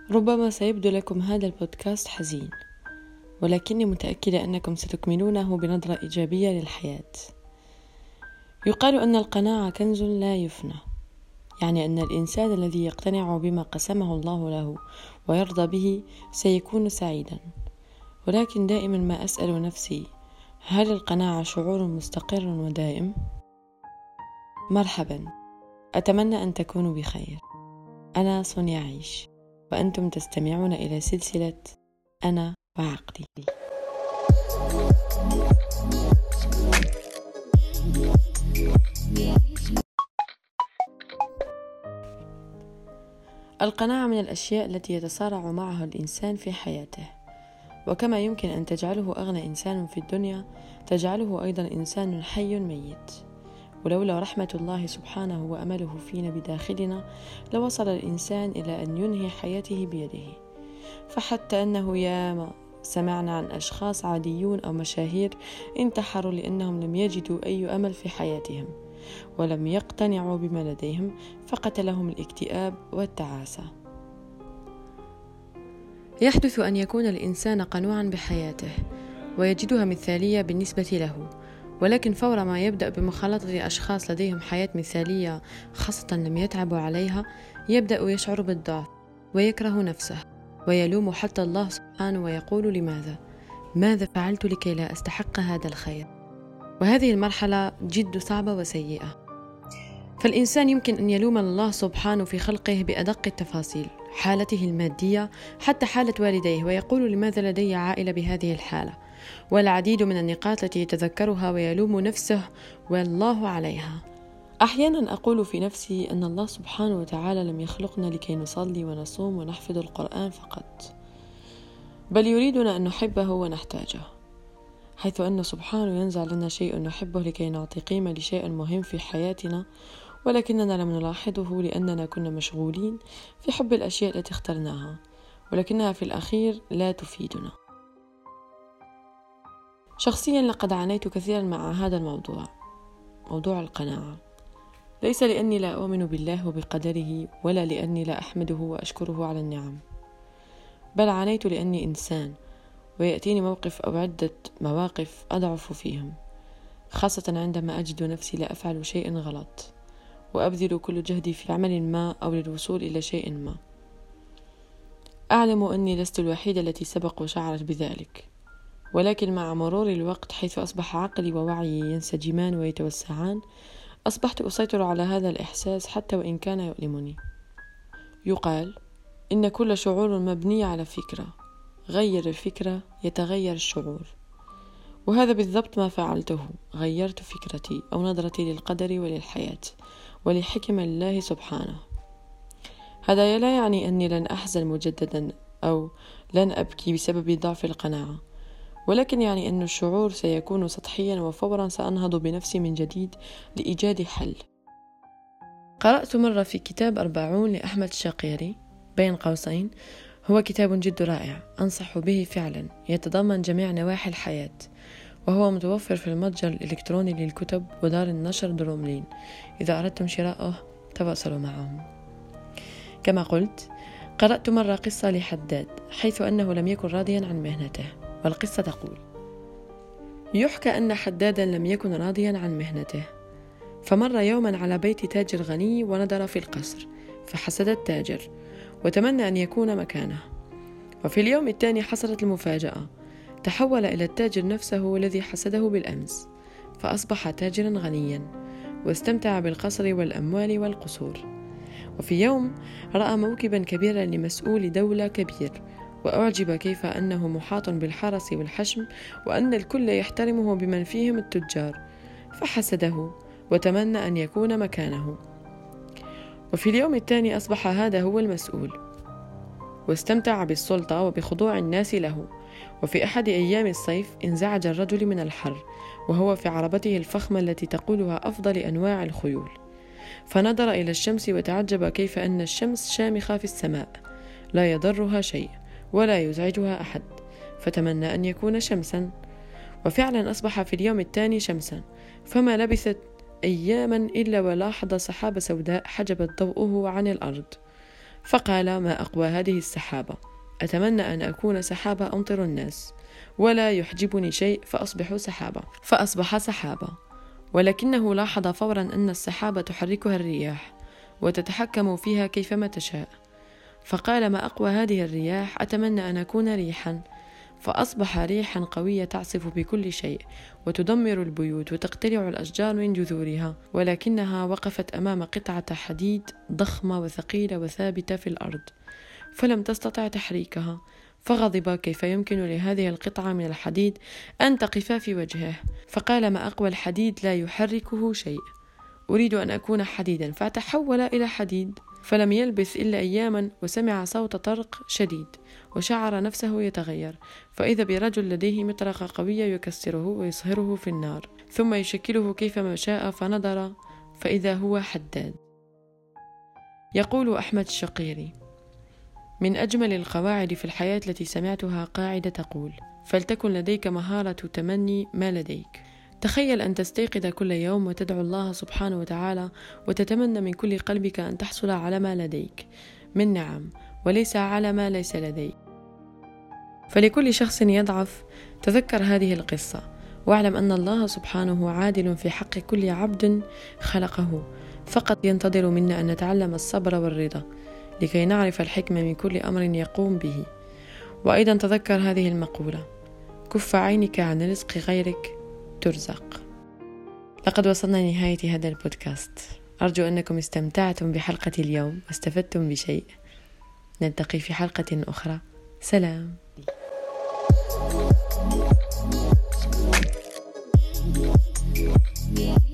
ربما سيبدو لكم هذا البودكاست حزين، ولكني متأكدة أنكم ستكملونه بنظرة إيجابية للحياة. يقال أن القناعة كنز لا يفنى، يعني أن الإنسان الذي يقتنع بما قسمه الله له ويرضى به سيكون سعيدا. ولكن دائما ما أسأل نفسي، هل القناعة شعور مستقر ودائم؟ مرحبا، أتمنى أن تكونوا بخير. أنا سونيا عيش، وأنتم تستمعون إلى سلسلة أنا وعقلي. القناعة من الأشياء التي يتصارع معها الإنسان في حياته، وكما يمكن أن تجعله أغنى إنسان في الدنيا، تجعله أيضا إنسان حي ميت. ولولا رحمة الله سبحانه وأمله فينا بداخلنا لوصل الإنسان إلى أن ينهي حياته بيده. فحتى أنه ياما سمعنا عن أشخاص عاديون أو مشاهير انتحروا لأنهم لم يجدوا أي أمل في حياتهم ولم يقتنعوا بما لديهم، فقتلهم الاكتئاب والتعاسة. يحدث أن يكون الإنسان قنوعا بحياته ويجدها مثالية بالنسبة له، ولكن فور ما يبدأ بمخالطة أشخاص لديهم حياة مثالية خاصة لم يتعبوا عليها، يبدأ يشعر بالضعف ويكره نفسه ويلوم حتى الله سبحانه ويقول ماذا فعلت لكي لا أستحق هذا الخير؟ وهذه المرحلة جد صعبة وسيئة. فالإنسان يمكن أن يلوم الله سبحانه في خلقه بأدق التفاصيل، حالته المادية حتى حالة والديه، ويقول لماذا لدي عائلة بهذه الحالة، والعديد من النقاط التي يتذكرها ويلوم نفسه والله عليها. أحيانا أقول في نفسي أن الله سبحانه وتعالى لم يخلقنا لكي نصلي ونصوم ونحفظ القرآن فقط، بل يريدنا أن نحبه ونحتاجه، حيث أن سبحانه ينزع لنا شيء نحبه لكي نعطي قيمة لشيء مهم في حياتنا، ولكننا لم نلاحظه لأننا كنا مشغولين في حب الأشياء التي اخترناها، ولكنها في الأخير لا تفيدنا. شخصيا لقد عانيت كثيرا مع هذا الموضوع، موضوع القناعة، ليس لأني لا أؤمن بالله وبقدره، ولا لأني لا أحمده وأشكره على النعم، بل عانيت لأني إنسان، ويأتيني موقف أو عدة مواقف أضعف فيهم، خاصة عندما أجد نفسي لا أفعل شيء غلط وأبذل كل جهدي في عمل ما أو للوصول إلى شيء ما. أعلم أني لست الوحيدة التي سبق وشعرت بذلك، ولكن مع مرور الوقت حيث أصبح عقلي ووعيي ينسجمان ويتوسعان، أصبحت أسيطر على هذا الإحساس حتى وإن كان يؤلمني. يقال إن كل شعور مبني على فكرة، غير الفكرة يتغير الشعور، وهذا بالضبط ما فعلته. غيرت فكرتي أو نظرتي للقدر وللحياة ولحكم الله سبحانه. هذا لا يعني أني لن أحزن مجددا أو لن أبكي بسبب ضعف القناعة، ولكن يعني أن الشعور سيكون سطحيا، وفورا سأنهض بنفسي من جديد لإيجاد حل. قرأت مرة في كتاب 40 لأحمد الشقيري بين قوسين، هو كتاب جد رائع أنصح به فعلا، يتضمن جميع نواحي الحياة، وهو متوفر في المتجر الإلكتروني للكتب ودار النشر دروملين، إذا أردتم شراءه تواصلوا معهم. كما قلت، قرأت مرة قصة لحداد حيث أنه لم يكن راضيا عن مهنته، والقصة تقول: يحكى أن حدادا لم يكن راضيا عن مهنته، فمر يوما على بيت تاجر غني ونظر في القصر، فحسد التاجر وتمنى أن يكون مكانه. وفي اليوم الثاني حصلت المفاجأة، تحول إلى التاجر نفسه الذي حسده بالأمس، فأصبح تاجرا غنيا واستمتع بالقصر والأموال والقصور. وفي يوم رأى موكبا كبيرا لمسؤول دولة كبير، وأعجب كيف أنه محاط بالحرس والحشم، وأن الكل يحترمه بمن فيهم التجار، فحسده وتمنى أن يكون مكانه. وفي اليوم الثاني أصبح هذا هو المسؤول، واستمتع بالسلطة وبخضوع الناس له. وفي أحد أيام الصيف انزعج الرجل من الحر وهو في عربته الفخمة التي تقودها أفضل أنواع الخيول، فنظر إلى الشمس وتعجب كيف أن الشمس شامخة في السماء لا يضرها شيء ولا يزعجها أحد، فتمنى أن يكون شمسا، وفعلا أصبح في اليوم الثاني شمسا. فما لبثت أياما إلا ولاحظ سحابة سوداء حجبت ضوءه عن الأرض، فقال: ما أقوى هذه السحابة، أتمنى أن أكون سحابة أمطر الناس، ولا يحجبني شيء فأصبح سحابة. ولكنه لاحظ فورا أن السحابة تحركها الرياح وتتحكم فيها كيفما تشاء، فقال: ما أقوى هذه الرياح، أتمنى أن أكون ريحا. فأصبح ريحا قوية تعصف بكل شيء وتدمر البيوت وتقتلع الأشجار من جذورها، ولكنها وقفت أمام قطعة حديد ضخمة وثقيلة وثابتة في الأرض، فلم تستطع تحريكها، فغضب: كيف يمكن لهذه القطعة من الحديد أن تقف في وجهه؟ فقال: ما أقوى الحديد لا يحركه شيء، أريد أن أكون حديدا. فتحول إلى حديد، فلم يلبث إلا أياما وسمع صوت طرق شديد وشعر نفسه يتغير، فإذا برجل لديه مطرقة قوية يكسره ويصهره في النار ثم يشكله كيفما شاء، فنظر فإذا هو حداد. يقول أحمد الشقيري: من أجمل القواعد في الحياة التي سمعتها قاعدة تقول: فلتكن لديك مهارة تمني ما لديك. تخيل أن تستيقظ كل يوم وتدعو الله سبحانه وتعالى وتتمنى من كل قلبك أن تحصل على ما لديك من نعم، وليس على ما ليس لديك. فلكل شخص يضعف تذكر هذه القصة، واعلم أن الله سبحانه عادل في حق كل عبد خلقه، فقط ينتظر منا أن نتعلم الصبر والرضا لكي نعرف الحكمة من كل أمر يقوم به. وأيضا تذكر هذه المقولة: كف عينك عن رزق غيرك ترزق. لقد وصلنا لنهاية هذا البودكاست، أرجو أنكم استمتعتم بحلقة اليوم واستفدتم بشيء. نلتقي في حلقة أخرى. سلام.